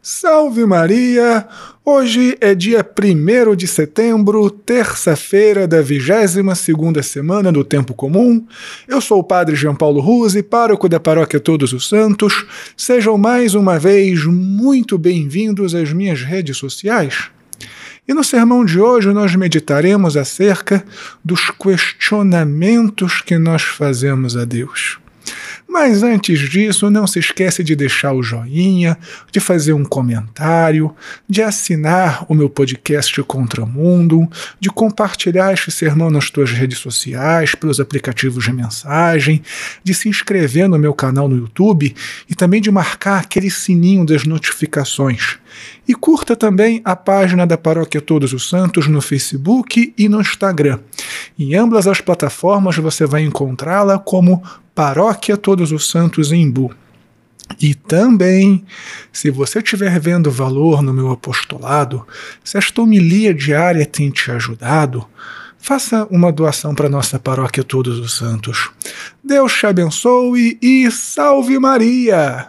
Salve Maria! Hoje é dia 1º de setembro, terça-feira da 22ª semana do Tempo Comum. Eu sou o Padre Jean Paulo Ruse, pároco da Paróquia Todos os Santos. Sejam mais uma vez muito bem-vindos às minhas redes sociais. E no sermão de hoje nós meditaremos acerca dos questionamentos que nós fazemos a Deus. Mas antes disso, não se esquece de deixar o joinha, de fazer um comentário, de assinar o meu podcast Contramundo, de compartilhar este sermão nas tuas redes sociais, pelos aplicativos de mensagem, de se inscrever no meu canal no YouTube e também de marcar aquele sininho das notificações. E curta também a página da Paróquia Todos os Santos no Facebook e no Instagram. Em ambas as plataformas você vai encontrá-la como Paróquia Todos os Santos em Imbu. E também, se você estiver vendo valor no meu apostolado, se esta homilia diária tem te ajudado, faça uma doação para a nossa Paróquia Todos os Santos. Deus te abençoe e salve Maria!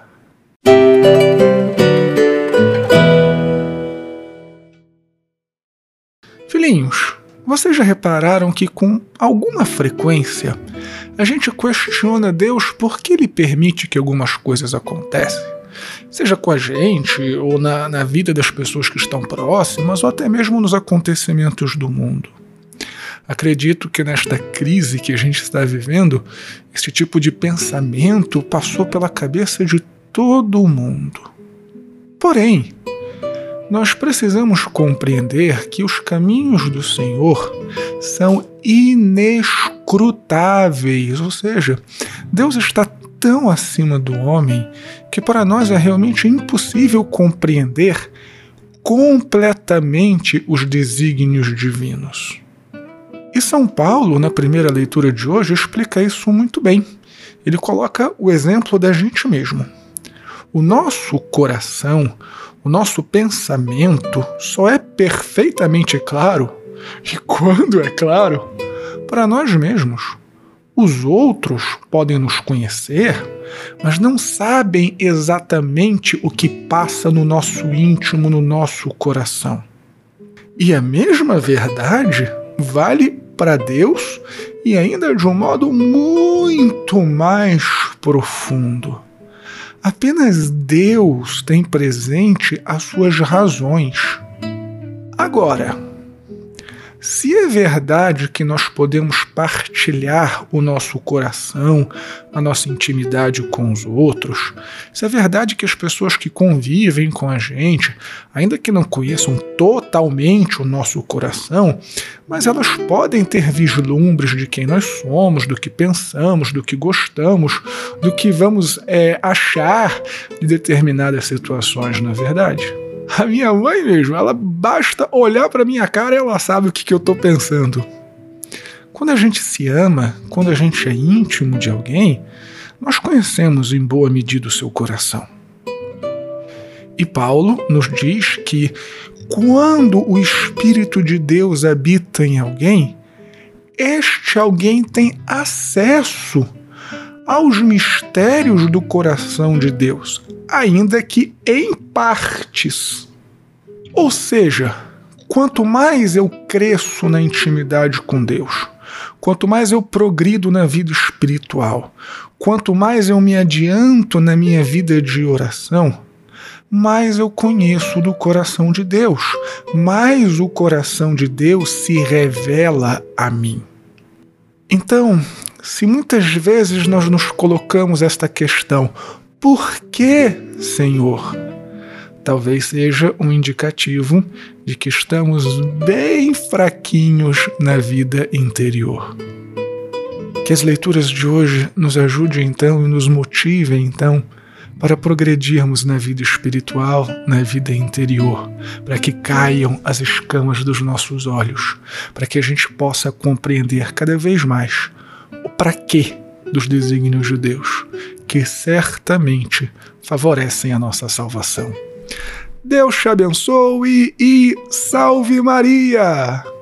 Filhinhos, vocês já repararam que com alguma frequência a gente questiona Deus por que Ele permite que algumas coisas aconteçam? Seja com a gente, ou na vida das pessoas que estão próximas, ou até mesmo nos acontecimentos do mundo. Acredito que nesta crise que a gente está vivendo, esse tipo de pensamento passou pela cabeça de todo mundo. Porém, nós precisamos compreender que os caminhos do Senhor são inescrutáveis, ou seja, Deus está tão acima do homem que para nós é realmente impossível compreender completamente os desígnios divinos. E São Paulo, na primeira leitura de hoje, explica isso muito bem. Ele coloca o exemplo da gente mesmo. O nosso coração, o nosso pensamento só é perfeitamente claro, e quando é claro, para nós mesmos. Os outros podem nos conhecer, mas não sabem exatamente o que passa no nosso íntimo, no nosso coração. E a mesma verdade vale para Deus e ainda de um modo muito mais profundo. Apenas Deus tem presente as suas razões. Agora, se é verdade que nós podemos partilhar o nosso coração, a nossa intimidade com os outros, se é verdade que as pessoas que convivem com a gente, ainda que não conheçam totalmente o nosso coração, mas elas podem ter vislumbres de quem nós somos, do que pensamos, do que gostamos, do que vamos achar de determinadas situações, não é verdade? A minha mãe mesmo, ela basta olhar para minha cara e ela sabe o que eu estou pensando. Quando a gente se ama, quando a gente é íntimo de alguém, nós conhecemos em boa medida o seu coração. E Paulo nos diz que quando o Espírito de Deus habita em alguém, este alguém tem acesso aos mistérios do coração de Deus, ainda que em partes. Ou seja, quanto mais eu cresço na intimidade com Deus, quanto mais eu progrido na vida espiritual, quanto mais eu me adianto na minha vida de oração, mais eu conheço do coração de Deus, mais o coração de Deus se revela a mim. Então, se muitas vezes nós nos colocamos esta questão, por que, Senhor? Talvez seja um indicativo de que estamos bem fraquinhos na vida interior. Que as leituras de hoje nos ajudem então e nos motivem então para progredirmos na vida espiritual, na vida interior, para que caiam as escamas dos nossos olhos, para que a gente possa compreender cada vez mais o para quê dos desígnios de Deus, que certamente favorecem a nossa salvação. Deus te abençoe e salve Maria!